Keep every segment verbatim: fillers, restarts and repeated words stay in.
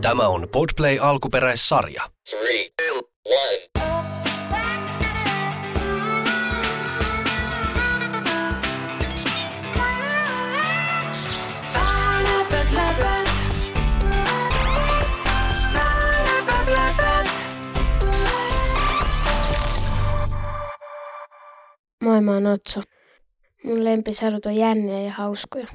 Tämä on Podplay alkuperäissarja. Three, two, one. Moi, mä oon Otso. Mun lempisadut on jänniä ja hauskoja.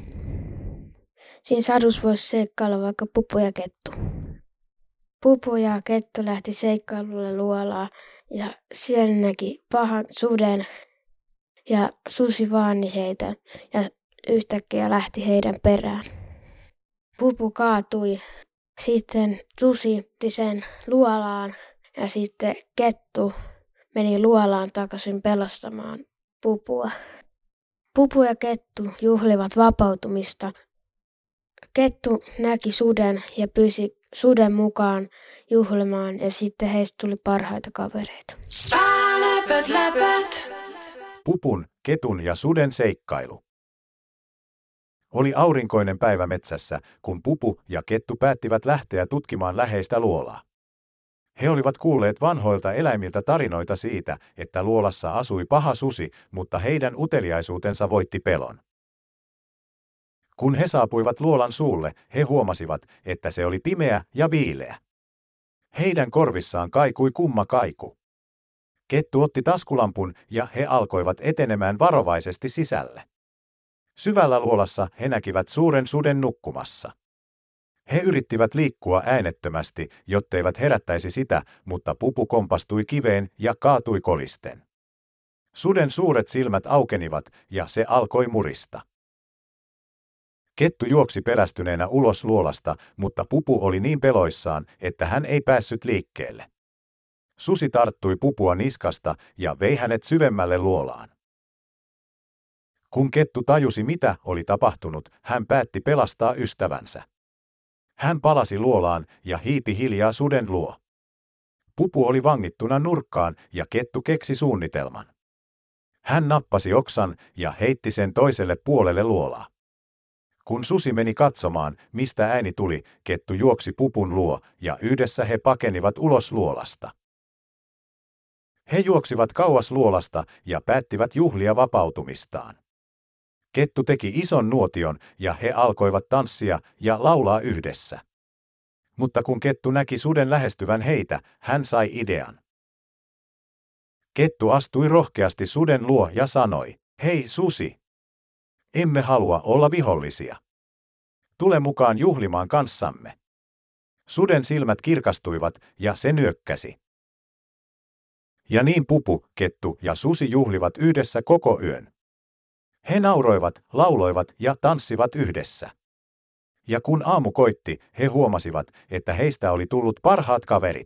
Siinä sadussa voisi seikkailla vaikka Pupu ja Kettu. Pupu ja Kettu lähti seikkailulle luolaan ja siellä näki pahan suden ja susi vaani heitä ja yhtäkkiä lähti heidän perään. Pupu kaatui, sitten susi otti sen luolaan ja sitten Kettu meni luolaan takaisin pelastamaan Pupua. Pupu ja Kettu juhlivat vapautumista. Kettu näki suden ja pyysi suden mukaan juhlimaan ja sitten heistä tuli parhaita kavereita. Läpöt, läpöt. Pupun, Ketun ja suden seikkailu. Oli aurinkoinen päivä metsässä, kun Pupu ja Kettu päättivät lähteä tutkimaan läheistä luolaa. He olivat kuulleet vanhoilta eläimiltä tarinoita siitä, että luolassa asui paha susi, mutta heidän uteliaisuutensa voitti pelon. Kun he saapuivat luolan suulle, he huomasivat, että se oli pimeä ja viileä. Heidän korvissaan kaikui kumma kaiku. Kettu otti taskulampun ja he alkoivat etenemään varovaisesti sisälle. Syvällä luolassa he näkivät suuren suden nukkumassa. He yrittivät liikkua äänettömästi, jotteivät herättäisi sitä, mutta Pupu kompastui kiveen ja kaatui kolisten. Suden suuret silmät aukenivat ja se alkoi murista. Kettu juoksi pelästyneenä ulos luolasta, mutta Pupu oli niin peloissaan, että hän ei päässyt liikkeelle. Susi tarttui Pupua niskasta ja vei hänet syvemmälle luolaan. Kun Kettu tajusi, mitä oli tapahtunut, hän päätti pelastaa ystävänsä. Hän palasi luolaan ja hiipi hiljaa suden luo. Pupu oli vangittuna nurkkaan ja Kettu keksi suunnitelman. Hän nappasi oksan ja heitti sen toiselle puolelle luolaa. Kun susi meni katsomaan, mistä ääni tuli, Kettu juoksi Pupun luo ja yhdessä he pakenivat ulos luolasta. He juoksivat kauas luolasta ja päättivät juhlia vapautumistaan. Kettu teki ison nuotion ja he alkoivat tanssia ja laulaa yhdessä. Mutta kun Kettu näki suden lähestyvän heitä, hän sai idean. Kettu astui rohkeasti suden luo ja sanoi, "Hei susi! Emme halua olla vihollisia. Tule mukaan juhlimaan kanssamme." Suden silmät kirkastuivat ja se nyökkäsi. Ja niin Pupu, Kettu ja susi juhlivat yhdessä koko yön. He nauroivat, lauloivat ja tanssivat yhdessä. Ja kun aamu koitti, he huomasivat, että heistä oli tullut parhaat kaverit.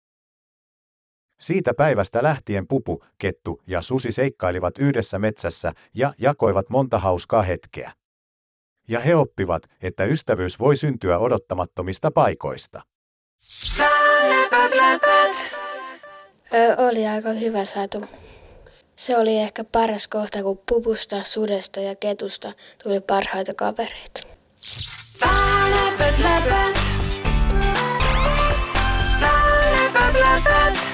Siitä päivästä lähtien Pupu, Kettu ja susi seikkailivat yhdessä metsässä ja jakoivat monta hauskaa hetkeä. Ja he oppivat, että ystävyys voi syntyä odottamattomista paikoista. Läpöt, läpöt. Ö, oli aika hyvä satu. Se oli ehkä paras kohta, kun Pupusta, sudesta ja Ketusta tuli parhaita kavereita. Läpöt, läpöt. Läpöt, läpöt.